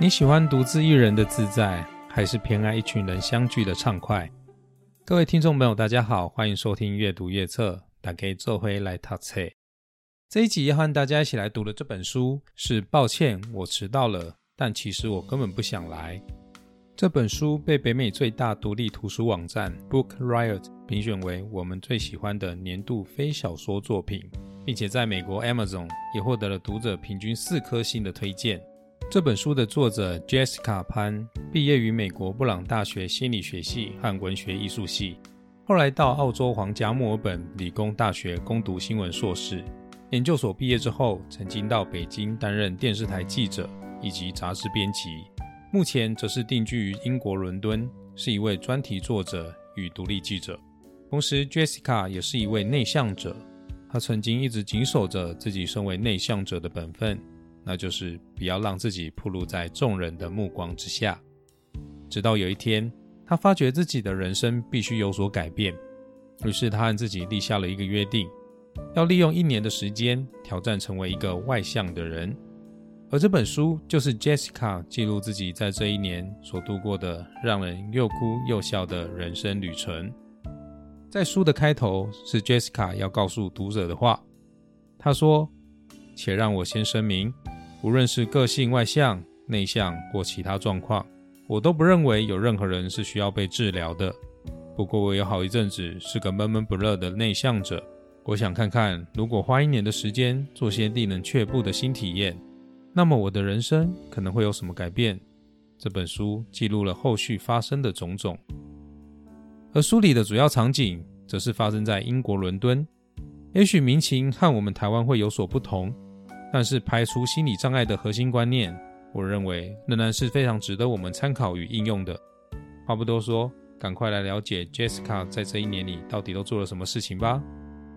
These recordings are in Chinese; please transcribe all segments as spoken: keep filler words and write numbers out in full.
你喜欢独自一人的自在，还是偏爱一群人相聚的畅快？各位听众朋友大家好，欢迎收听阅读阅册，大家做回来读册。这一集要和大家一起来读的这本书是抱歉我迟到了，但其实我根本不想来。这本书被北美最大独立图书网站 Book Riot 评选为我们最喜欢的年度非小说作品，并且在美国 Amazon 也获得了读者平均四颗星的推荐。这本书的作者 Jessica 潘毕业于美国布朗大学心理学系和文学艺术系，后来到澳洲皇家墨尔本理工大学攻读新闻硕士。研究所毕业之后，曾经到北京担任电视台记者以及杂志编辑，目前则是定居于英国伦敦，是一位专题作者与独立记者。同时 Jessica 也是一位内向者，她曾经一直谨守着自己身为内向者的本分，那就是不要让自己暴露在众人的目光之下。直到有一天，他发觉自己的人生必须有所改变，于是他和自己立下了一个约定，要利用一年的时间挑战成为一个外向的人。而这本书就是 Jessica 记录自己在这一年所度过的让人又哭又笑的人生旅程。在书的开头是 Jessica 要告诉读者的话，她说：且让我先声明，无论是个性外向、内向或其他状况，我都不认为有任何人是需要被治疗的。不过我有好一阵子是个闷闷不乐的内向者，我想看看如果花一年的时间做些令人却步的新体验，那么我的人生可能会有什么改变。这本书记录了后续发生的种种，而书里的主要场景则是发生在英国伦敦。也许民情和我们台湾会有所不同，但是排除心理障碍的核心观念，我认为仍然是非常值得我们参考与应用的。话不多说，赶快来了解 Jessica 在这一年里到底都做了什么事情吧。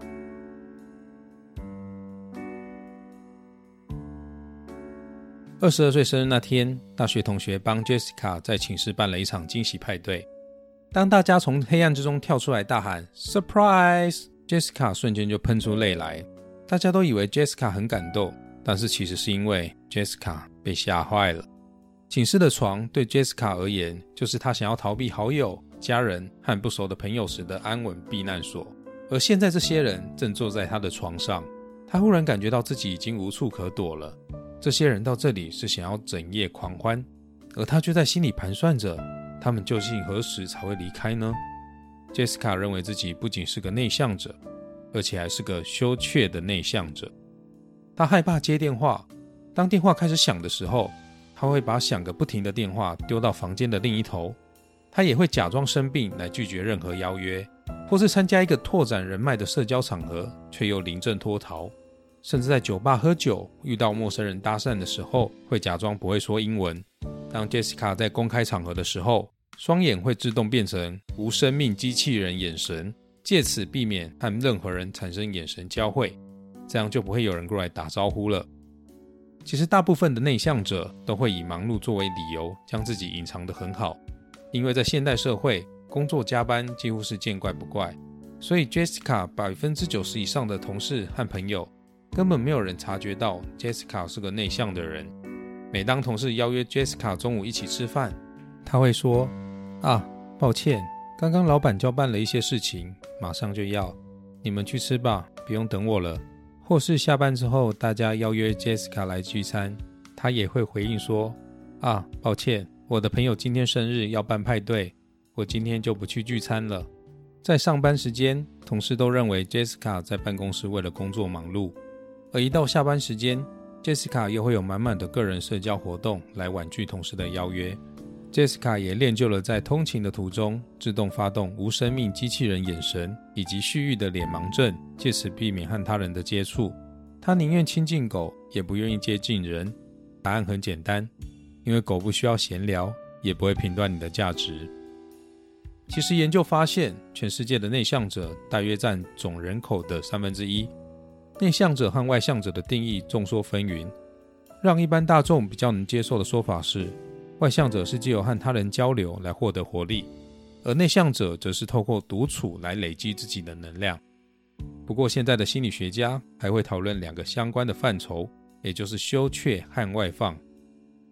二十二岁生日那天，大学同学帮 Jessica 在寝室办了一场惊喜派对。当大家从黑暗之中跳出来大喊 Surprise， Jessica 瞬间就喷出泪来。大家都以为 Jessica 很感动，但是其实是因为 Jessica 被吓坏了。寝室的床对 Jessica 而言，就是她想要逃避好友、家人和不熟的朋友时的安稳避难所。而现在这些人正坐在她的床上，她忽然感觉到自己已经无处可躲了。这些人到这里是想要整夜狂欢，而她却在心里盘算着，他们究竟何时才会离开呢？ Jessica 认为自己不仅是个内向者，而且还是个羞怯的内向者。他害怕接电话，当电话开始响的时候，他会把响个不停的电话丢到房间的另一头。他也会假装生病来拒绝任何邀约，或是参加一个拓展人脉的社交场合，却又临阵脱逃。甚至在酒吧喝酒，遇到陌生人搭讪的时候，会假装不会说英文。当 Jessica 在公开场合的时候，双眼会自动变成无生命机器人眼神，借此避免和任何人产生眼神交汇，这样就不会有人过来打招呼了。其实大部分的内向者都会以忙碌作为理由，将自己隐藏得很好，因为在现代社会，工作加班几乎是见怪不怪，所以 Jessica 百分之九十以上的同事和朋友根本没有人察觉到 Jessica 是个内向的人。每当同事邀约 Jessica 中午一起吃饭，他会说：啊，抱歉，刚刚老板交办了一些事情，马上就要，你们去吃吧，不用等我了。或是下班之后大家邀约 Jessica 来聚餐，他也会回应说：啊，抱歉，我的朋友今天生日要办派对，我今天就不去聚餐了。在上班时间，同事都认为 Jessica 在办公室为了工作忙碌，而一到下班时间， Jessica 又会有满满的个人社交活动来婉拒同事的邀约。Jessica 也练就了在通勤的途中自动发动无生命机器人眼神以及蓄意的脸盲症，借此避免和他人的接触。她宁愿亲近狗，也不愿意接近人。答案很简单，因为狗不需要闲聊，也不会评断你的价值。其实研究发现，全世界的内向者大约占总人口的三分之一。内向者和外向者的定义众说纷纭，让一般大众比较能接受的说法是，外向者是藉由和他人交流来获得活力，而内向者则是透过独处来累积自己的能量。不过现在的心理学家还会讨论两个相关的范畴，也就是羞怯和外放。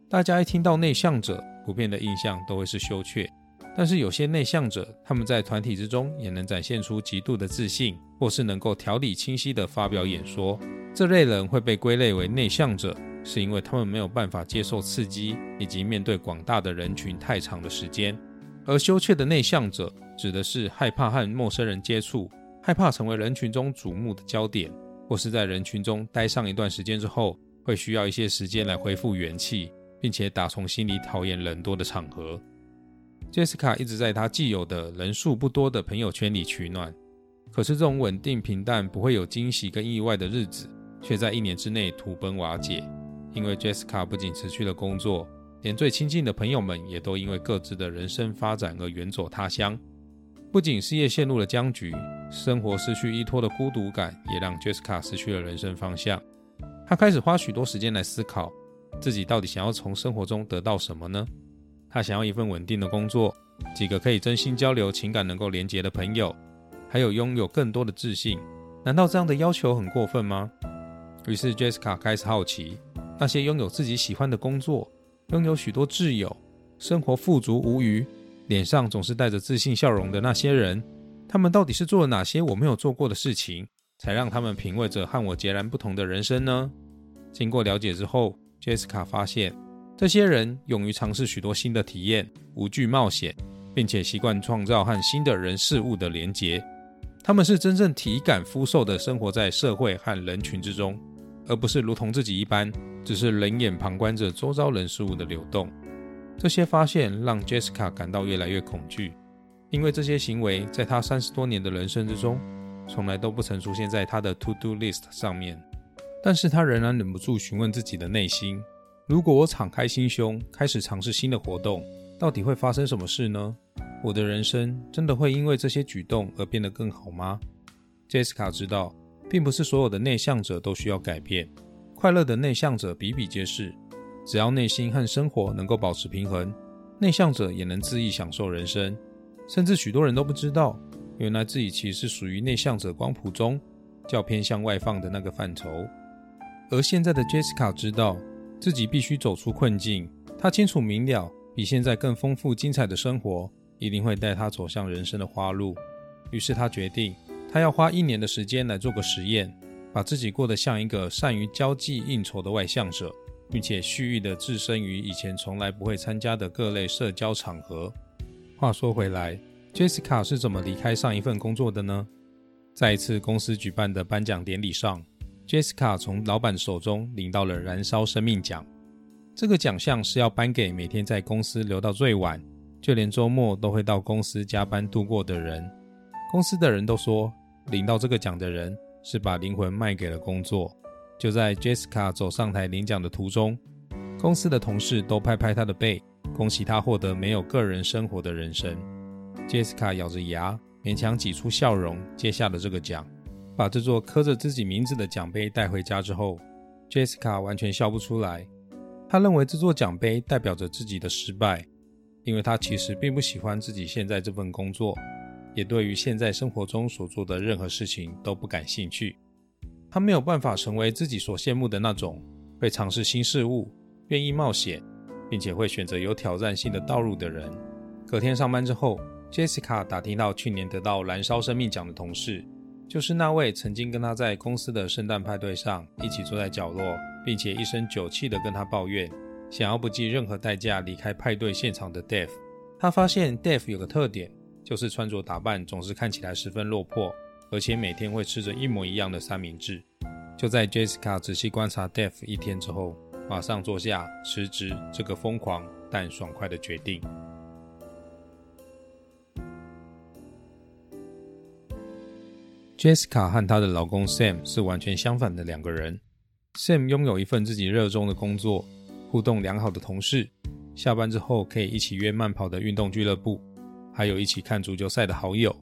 大家一听到内向者，普遍的印象都会是羞怯，但是有些内向者，他们在团体之中也能展现出极度的自信，或是能够条理清晰地发表演说。这类人会被归类为内向者，是因为他们没有办法接受刺激，以及面对广大的人群太长的时间。而羞怯的内向者指的是害怕和陌生人接触，害怕成为人群中瞩目的焦点，或是在人群中待上一段时间之后，会需要一些时间来恢复元气，并且打从心里讨厌人多的场合。Jessica 一直在她既有的人数不多的朋友圈里取暖，可是这种稳定平淡不会有惊喜跟意外的日子，却在一年之内土崩瓦解。因为 Jessica 不仅辞去了工作，连最亲近的朋友们也都因为各自的人生发展而远走他乡。不仅事业陷入了僵局，生活失去依托的孤独感也让 Jessica 失去了人生方向。她开始花许多时间来思考，自己到底想要从生活中得到什么呢？她想要一份稳定的工作，几个可以真心交流、情感能够连结的朋友，还有拥有更多的自信。难道这样的要求很过分吗？于是 Jessica 开始好奇，那些拥有自己喜欢的工作，拥有许多挚友，生活富足无余，脸上总是带着自信笑容的那些人，他们到底是做了哪些我没有做过的事情，才让他们品味着和我截然不同的人生呢？经过了解之后， Jessica 发现这些人勇于尝试许多新的体验，无惧冒险，并且习惯创造和新的人事物的连结。他们是真正体感肤受的生活在社会和人群之中，而不是如同自己一般只是冷眼旁观着周遭人事物的流动。这些发现让 Jessica 感到越来越恐惧，因为这些行为在她三十多年的人生之中从来都不曾出现在她的 to-do list 上面。但是她仍然忍不住询问自己的内心，如果我敞开心胸开始尝试新的活动，到底会发生什么事呢？我的人生真的会因为这些举动而变得更好吗？ Jessica 知道并不是所有的内向者都需要改变，快乐的内向者比比皆是，只要内心和生活能够保持平衡，内向者也能恣意享受人生。甚至许多人都不知道，原来自己其实是属于内向者光谱中较偏向外放的那个范畴。而现在的 Jessica 知道自己必须走出困境，她清楚明了比现在更丰富精彩的生活一定会带她走向人生的花路。于是她决定，她要花一年的时间来做个实验，把自己过得像一个善于交际应酬的外向者，并且蓄意地置身于以前从来不会参加的各类社交场合。话说回来， Jessica 是怎么离开上一份工作的呢？在一次公司举办的颁奖典礼上， Jessica 从老板手中领到了燃烧生命奖。这个奖项是要颁给每天在公司留到最晚，就连周末都会到公司加班度过的人。公司的人都说，领到这个奖的人是把灵魂卖给了工作。就在 Jessica 走上台领奖的途中，公司的同事都拍拍她的背，恭喜她获得没有个人生活的人生。 Jessica 咬着牙勉强挤出笑容，接下了这个奖。把这座刻着自己名字的奖杯带回家之后， Jessica 完全笑不出来。她认为这座奖杯代表着自己的失败，因为她其实并不喜欢自己现在这份工作，也对于现在生活中所做的任何事情都不感兴趣。她没有办法成为自己所羡慕的那种会尝试新事物、愿意冒险，并且会选择有挑战性的道路的人。隔天上班之后， Jessica 打听到去年得到燃烧生命奖的同事，就是那位曾经跟她在公司的圣诞派对上一起坐在角落，并且一身酒气地跟她抱怨想要不计任何代价离开派对现场的 Dave。 她发现 Dave 有个特点，就是穿着打扮总是看起来十分落魄，而且每天会吃着一模一样的三明治。就在 Jessica 仔细观察 Dave 一天之后，马上做下辞职这个疯狂但爽快的决定。Jessica 和她的老公 Sam 是完全相反的两个人。 Sam 拥有一份自己热衷的工作，互动良好的同事，下班之后可以一起约慢跑的运动俱乐部，还有一起看足球赛的好友。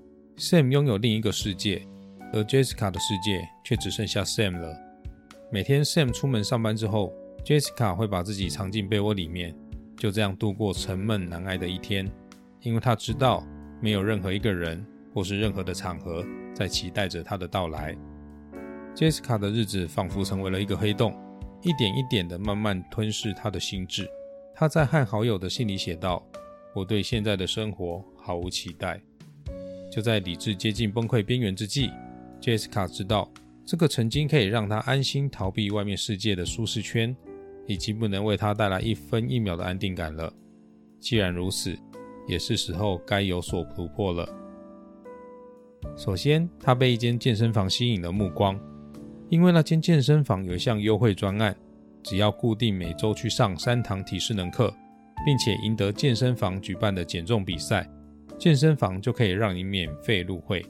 Sam 拥有另一个世界，而 Jessica 的世界却只剩下 Sam 了。每天 Sam 出门上班之后， Jessica 会把自己藏进被窝里面，就这样度过沉闷难挨的一天，因为她知道没有任何一个人或是任何的场合在期待着她的到来。 Jessica 的日子仿佛成为了一个黑洞， 一点一点地慢慢吞噬他的心智。他在和好友的信里写道：我对现在的生活毫无期待。就在理智接近崩溃边缘之际， Jessica 知道这个曾经可以让他安心逃避外面世界的舒适圈已经不能为他带来一分一秒的安定感了。既然如此，也是时候该有所突破了。首先，他被一间健身房吸引了目光，因为那间健身房有一项优惠专案，只要固定每周去上三堂体适能课，并且赢得健身房举办的减重比赛，健身房就可以让你免费入会。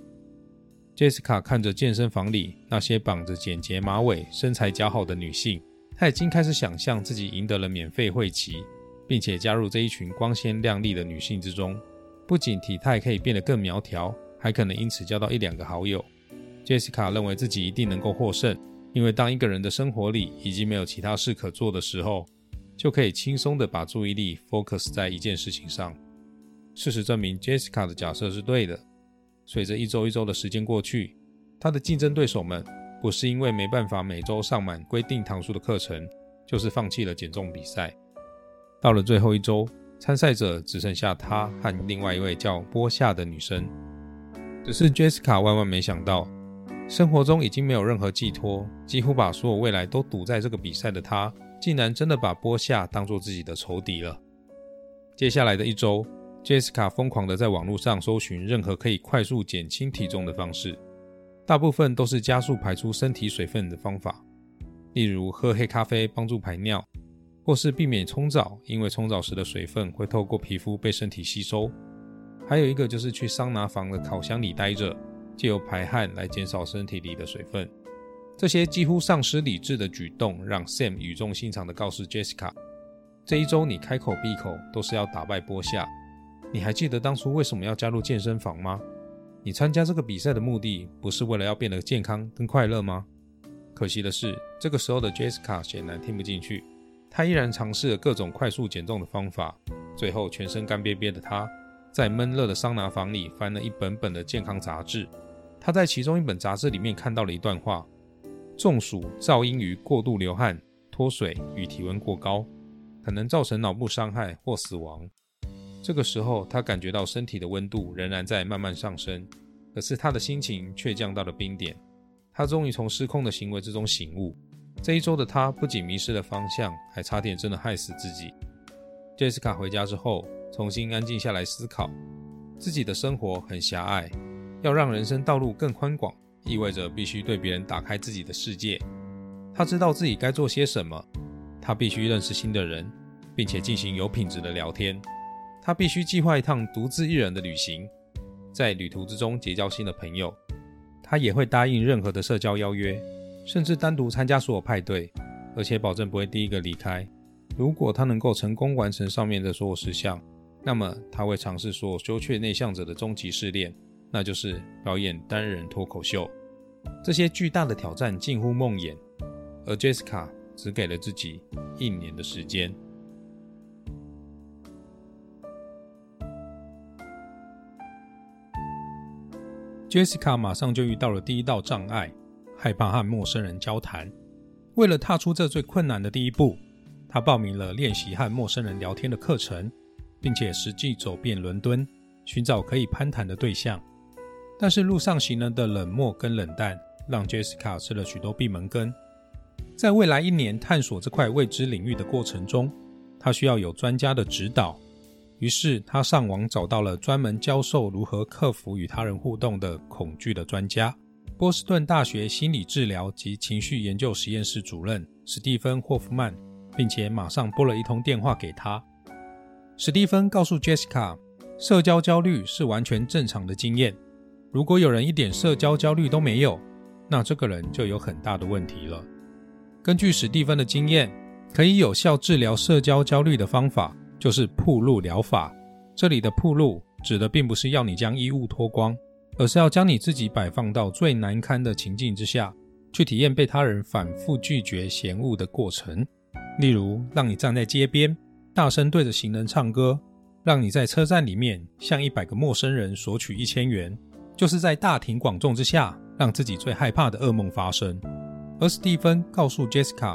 Jessica 看着健身房里那些绑着简洁马尾、身材姣好的女性，她已经开始想象自己赢得了免费会籍，并且加入这一群光鲜亮丽的女性之中，不仅体态可以变得更苗条，还可能因此交到一两个好友。 Jessica 认为自己一定能够获胜，因为当一个人的生活里已经没有其他事可做的时候，就可以轻松地把注意力 focus 在一件事情上。事实证明 Jessica 的假设是对的。随着一周一周的时间过去，她的竞争对手们不是因为没办法每周上满规定堂数的课程，就是放弃了减重比赛。到了最后一周，参赛者只剩下她和另外一位叫波夏的女生。只是 Jessica 万万没想到，生活中已经没有任何寄托，几乎把所有未来都赌在这个比赛的她，竟然真的把波夏当作自己的仇敌了。接下来的一周， Jessica 疯狂地在网络上搜寻任何可以快速减轻体重的方式，大部分都是加速排出身体水分的方法，例如喝黑咖啡帮助排尿，或是避免冲澡，因为冲澡时的水分会透过皮肤被身体吸收。还有一个就是去桑拿房的烤箱里待着，藉由排汗来减少身体里的水分。这些几乎丧失理智的举动让 Sam 语重心长地告诉 Jessica， 这一周你开口闭口都是要打败波夏。你还记得当初为什么要加入健身房吗？你参加这个比赛的目的不是为了要变得健康跟快乐吗？可惜的是，这个时候的 Jessica 显然听不进去，她依然尝试了各种快速减重的方法。最后全身干瘪瘪的她在闷热的桑拿房里翻了一本本的健康杂志。她在其中一本杂志里面看到了一段话：中暑噪因于过度流汗、脱水与体温过高，可能造成脑部伤害或死亡。这个时候，他感觉到身体的温度仍然在慢慢上升，可是他的心情却降到了冰点。他终于从失控的行为之中醒悟，这一周的他不仅迷失了方向，还差点真的害死自己。 Jessica 回家之后，重新安静下来思考，自己的生活很狭隘，要让人生道路更宽广，意味着必须对别人打开自己的世界。他知道自己该做些什么，他必须认识新的人，并且进行有品质的聊天。他必须计划一趟独自一人的旅行，在旅途之中结交新的朋友。他也会答应任何的社交邀约，甚至单独参加所有派对，而且保证不会第一个离开。如果他能够成功完成上面的所有事项，那么他会尝试所有羞怯内向者的终极试炼，那就是表演单人脱口秀。这些巨大的挑战近乎梦魇，而 Jessica 只给了自己一年的时间。Jessica 马上就遇到了第一道障碍，害怕和陌生人交谈。为了踏出这最困难的第一步，她报名了练习和陌生人聊天的课程，并且实际走遍伦敦，寻找可以攀谈的对象。但是路上行人的冷漠跟冷淡，让 Jessica 吃了许多闭门羹。在未来一年探索这块未知领域的过程中，她需要有专家的指导。于是他上网找到了专门教授如何克服与他人互动的恐惧的专家，波士顿大学心理治疗及情绪研究实验室主任史蒂芬·霍夫曼，并且马上拨了一通电话给他。史蒂芬告诉 Jessica， 社交焦虑是完全正常的经验，如果有人一点社交焦虑都没有，那这个人就有很大的问题了。根据史蒂芬的经验，可以有效治疗社交焦虑的方法就是暴露疗法。这里的暴露指的并不是要你将衣物脱光，而是要将你自己摆放到最难堪的情境之下，去体验被他人反复拒绝嫌恶的过程。例如，让你站在街边，大声对着行人唱歌，让你在车站里面向一百个陌生人索取一千元，就是在大庭广众之下，让自己最害怕的噩梦发生。而史蒂芬告诉 Jessica，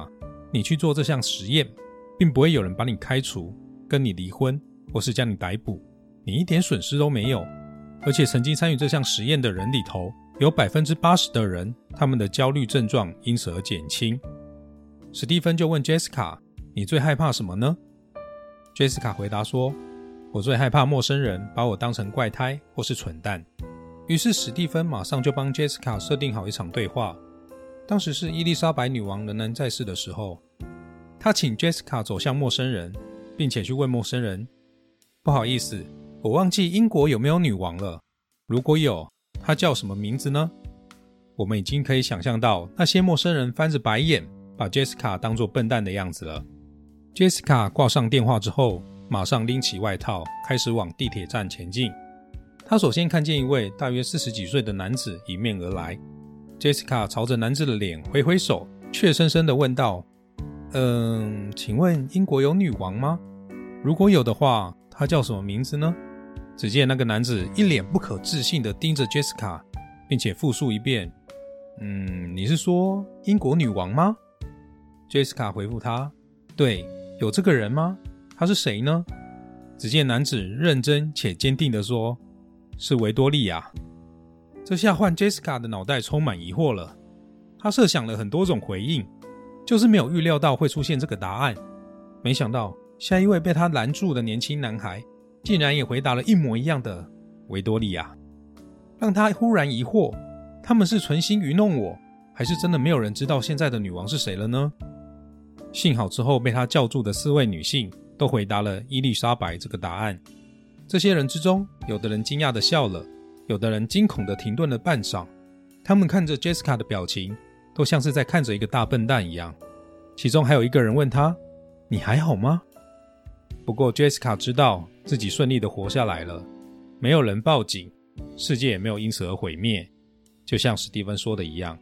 你去做这项实验，并不会有人把你开除，跟你离婚，或是将你逮捕，你一点损失都没有。而且曾经参与这项实验的人里头，有 百分之八十 的人，他们的焦虑症状因此而减轻。史蒂芬就问 Jessica， 你最害怕什么呢？ Jessica 回答说，我最害怕陌生人把我当成怪胎或是蠢蛋。于是史蒂芬马上就帮 Jessica 设定好一场对话。当时是伊丽莎白女王仍然在世的时候，他请 Jessica 走向陌生人，并且去问陌生人，不好意思，我忘记英国有没有女王了，如果有，她叫什么名字呢？我们已经可以想象到那些陌生人翻着白眼，把 Jessica 当作笨蛋的样子了。 Jessica 挂上电话之后，马上拎起外套，开始往地铁站前进。她首先看见一位大约四十几岁的男子迎面而来， Jessica 朝着男子的脸挥挥手，怯生生地问道，嗯，请问英国有女王吗？如果有的话，她叫什么名字呢？只见那个男子一脸不可置信地盯着 Jessica， 并且复述一遍，嗯，你是说英国女王吗？ Jessica 回复他，对，有这个人吗？她是谁呢？只见男子认真且坚定地说，是维多利亚。这下换 Jessica 的脑袋充满疑惑了，她设想了很多种回应，就是没有预料到会出现这个答案。没想到下一位被他拦住的年轻男孩竟然也回答了一模一样的维多利亚，让他忽然疑惑，他们是存心愚弄我，还是真的没有人知道现在的女王是谁了呢？幸好之后被他叫住的四位女性都回答了伊丽莎白这个答案。这些人之中，有的人惊讶地笑了，有的人惊恐地停顿了半晌，他们看着 Jessica 的表情都像是在看着一个大笨蛋一样。其中还有一个人问他，你还好吗？不过 Jessica 知道自己顺利地活下来了，没有人报警，世界也没有因此而毁灭，就像史蒂芬说的一样。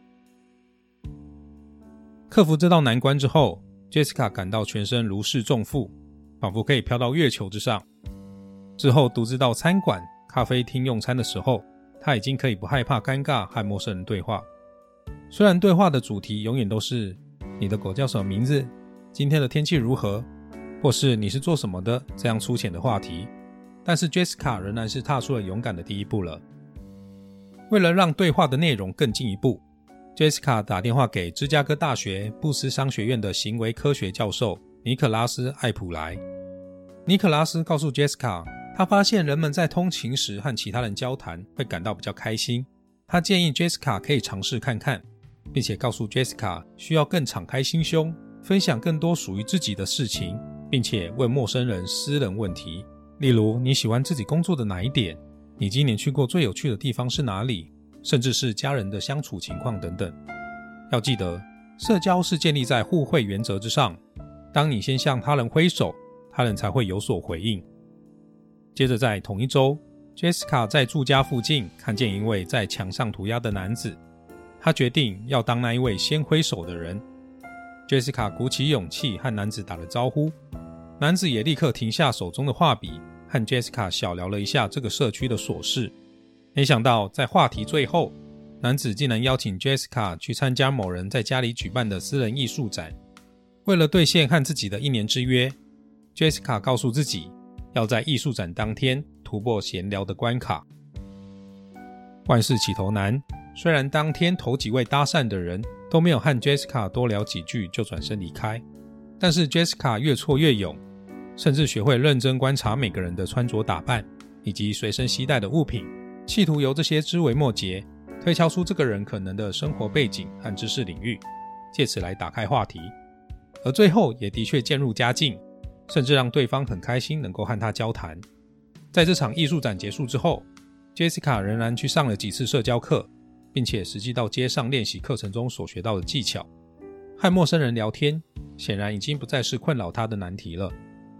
克服这道难关之后， Jessica 感到全身如释重负，仿佛可以飘到月球之上。之后独自到餐馆、咖啡厅用餐的时候，她已经可以不害怕尴尬和陌生人对话。虽然对话的主题永远都是你的狗叫什么名字，今天的天气如何，或是你是做什么的这样粗浅的话题，但是 Jessica 仍然是踏出了勇敢的第一步了。为了让对话的内容更进一步， Jessica 打电话给芝加哥大学布斯商学院的行为科学教授尼可拉斯·艾普莱。尼可拉斯告诉 Jessica， 他发现人们在通勤时和其他人交谈会感到比较开心，他建议 Jessica 可以尝试看看，并且告诉 Jessica 需要更敞开心胸，分享更多属于自己的事情，并且问陌生人私人问题，例如你喜欢自己工作的哪一点，你今年去过最有趣的地方是哪里，甚至是家人的相处情况等等。要记得，社交是建立在互惠原则之上，当你先向他人挥手，他人才会有所回应。接着在同一周， Jessica 在住家附近看见一位在墙上涂鸦的男子，她决定要当那一位先挥手的人。 Jessica 鼓起勇气和男子打了招呼，男子也立刻停下手中的画笔，和 Jessica 小聊了一下这个社区的琐事。没想到在话题最后，男子竟然邀请 Jessica 去参加某人在家里举办的私人艺术展。为了兑现和自己的一年之约， Jessica 告诉自己要在艺术展当天突破闲聊的关卡。万事起头难，虽然当天头几位搭讪的人都没有和 Jessica 多聊几句就转身离开，但是 Jessica 越挫越勇，甚至学会认真观察每个人的穿着打扮以及随身携带的物品，企图由这些枝微末节推敲出这个人可能的生活背景和知识领域，借此来打开话题。而最后也的确渐入佳境，甚至让对方很开心能够和他交谈。在这场艺术展结束之后， Jessica 仍然去上了几次社交课，并且实际到街上练习课程中所学到的技巧。和陌生人聊天显然已经不再是困扰她的难题了。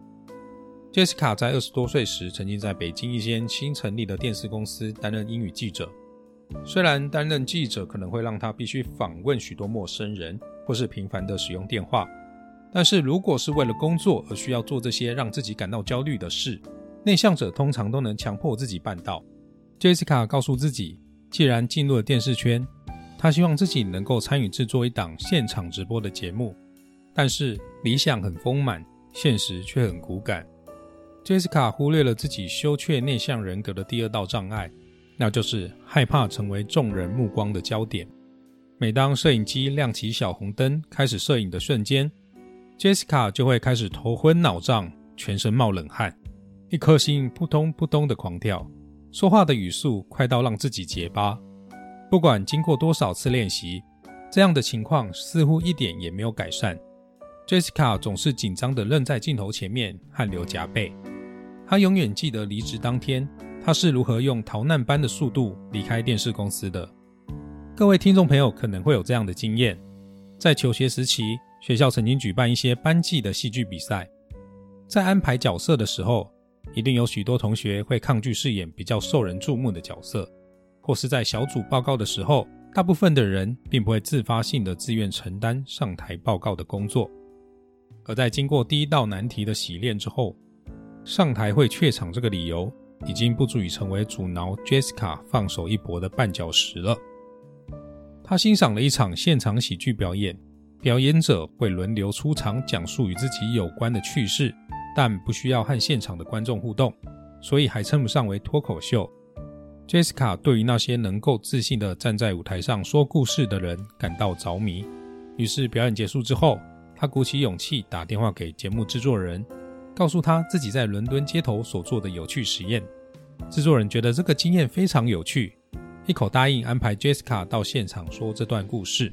Jessica 在二十多岁时曾经在北京一间新成立的电视公司担任英语记者。虽然担任记者可能会让她必须访问许多陌生人，或是频繁的使用电话，但是如果是为了工作而需要做这些让自己感到焦虑的事，内向者通常都能强迫自己办到。 Jessica 告诉自己，既然进入了电视圈，她希望自己能够参与制作一档现场直播的节目， 但是理想很丰满，现实却很骨感。Jessica 忽略了自己羞怯内向人格的第二道障碍，那就是害怕成为众人目光的焦点。每当摄影机亮起小红灯开始摄影的瞬间， Jessica 就会开始头昏脑胀，全身冒冷汗，一颗心扑通扑通的狂跳，说话的语速快到让自己结巴。不管经过多少次练习，这样的情况似乎一点也没有改善。 Jessica 总是紧张地愣在镜头前面，汗流浃背。她永远记得离职当天，她是如何用逃难般的速度离开电视公司的。各位听众朋友可能会有这样的经验，在求学时期，学校曾经举办一些班级的戏剧比赛，在安排角色的时候，一定有许多同学会抗拒饰演比较受人注目的角色，或是在小组报告的时候，大部分的人并不会自发性的自愿承担上台报告的工作。而在经过第一道难题的洗练之后，上台会怯场这个理由已经不足以成为阻挠 Jessica 放手一搏的绊脚石了。她欣赏了一场现场喜剧表演，表演者会轮流出场讲述与自己有关的趣事，但不需要和现场的观众互动，所以还称不上为脱口秀。 Jessica 对于那些能够自信地站在舞台上说故事的人感到着迷，于是表演结束之后，她鼓起勇气打电话给节目制作人，告诉他自己在伦敦街头所做的有趣实验。制作人觉得这个经验非常有趣，一口答应安排 Jessica 到现场说这段故事。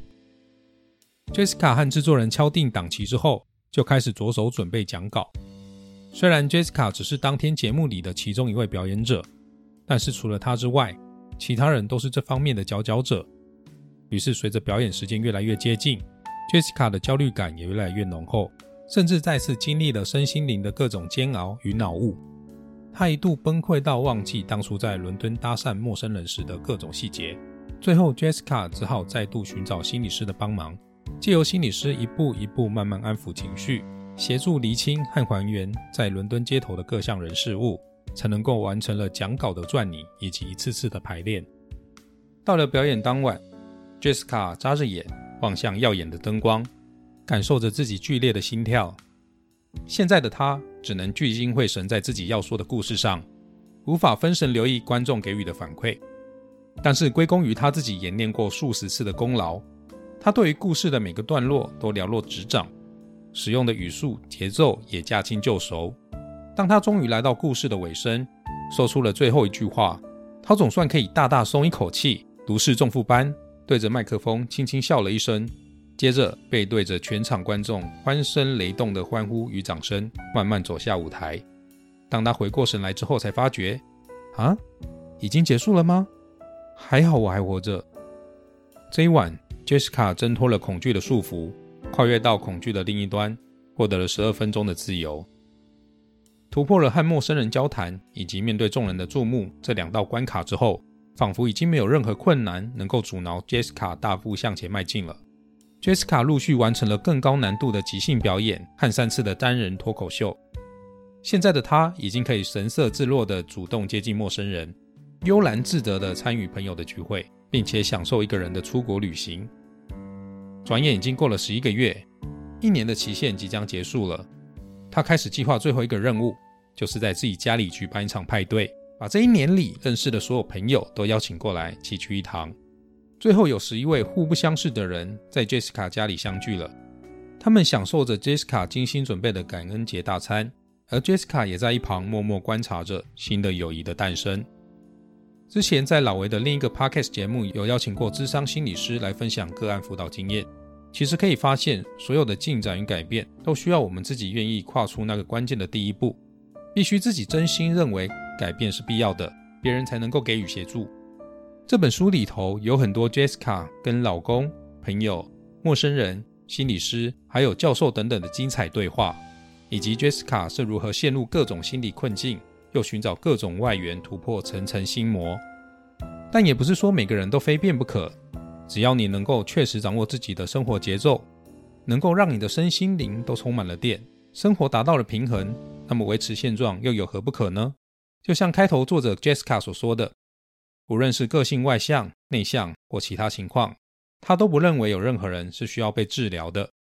Jessica 和制作人敲定档期之后，就开始着手准备讲稿。虽然 Jessica 只是当天节目里的其中一位表演者，但是除了她之外，其他人都是这方面的佼佼者。于是随着表演时间越来越接近， Jessica 的焦虑感也越来越浓厚，甚至再次经历了身心灵的各种煎熬与脑雾。他一度崩溃到忘记当初在伦敦搭讪陌生人时的各种细节。最后 Jessica 只好再度寻找心理师的帮忙，借由心理师一步一步慢慢安抚情绪，协助厘清和还原在伦敦街头的各项人事物，才能够完成了讲稿的撰拟以及一次次的排练。到了表演当晚， Jessica 眨着眼望向耀眼的灯光，感受着自己剧烈的心跳。现在的他只能聚精会神在自己要说的故事上，无法分神留意观众给予的反馈。但是归功于他自己演练过数十次的功劳，他对于故事的每个段落都了若指掌，使用的语速节奏也驾轻就熟。当他终于来到故事的尾声，说出了最后一句话，他总算可以大大松一口气，如释重负般对着麦克风轻轻笑了一声，接着背对着全场观众欢声雷动的欢呼与掌声，慢慢走下舞台。当他回过神来之后，才发觉，啊，已经结束了吗？还好我还活着。这一晚 Jessica 挣脱了恐惧的束缚，跨越到恐惧的另一端，获得了十二分钟的自由。突破了和陌生人交谈以及面对众人的注目这两道关卡之后，仿佛已经没有任何困难能够阻挠 Jessica 大步向前迈进了。Jessica 陆续完成了更高难度的即兴表演和三次的单人脱口秀。现在的她已经可以神色自若地主动接近陌生人，悠然自得地参与朋友的聚会，并且享受一个人的出国旅行。转眼已经过了十一个月，一年的期限即将结束了。她开始计划最后一个任务，就是在自己家里举办一场派对，把这一年里认识的所有朋友都邀请过来，齐聚一堂。最后有十一位互不相识的人在 Jessica 家里相聚了，他们享受着 Jessica 精心准备的感恩节大餐，而 Jessica 也在一旁默默观察着新的友谊的诞生。之前在老维的另一个 Podcast 节目有邀请过諮商心理师来分享个案辅导经验。其实可以发现，所有的进展与改变都需要我们自己愿意跨出那个关键的第一步，必须自己真心认为改变是必要的，别人才能够给予协助。这本书里头有很多 Jessica 跟老公、朋友、陌生人、心理师还有教授等等的精彩对话，以及 Jessica 是如何陷入各种心理困境，又寻找各种外援突破层层心魔。但也不是说每个人都非变不可，只要你能够确实掌握自己的生活节奏，能够让你的身心灵都充满了电，生活达到了平衡，那么维持现状又有何不可呢？就像开头作者 Jessica 所说的，无论是个性外向、内向或其他情况，他都不认为有任何人是需要被治疗的。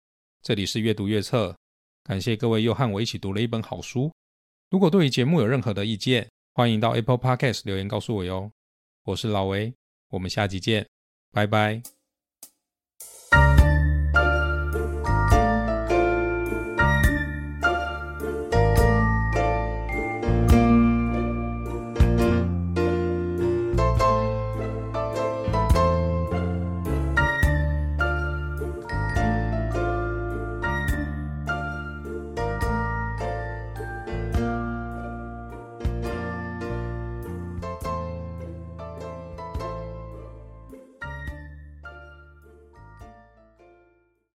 这里是阅读阅册，感谢各位又和我一起读了一本好书。如果对于节目有任何的意见，欢迎到 Apple Podcast 留言告诉我哟。我是老维，我们下集见，拜拜。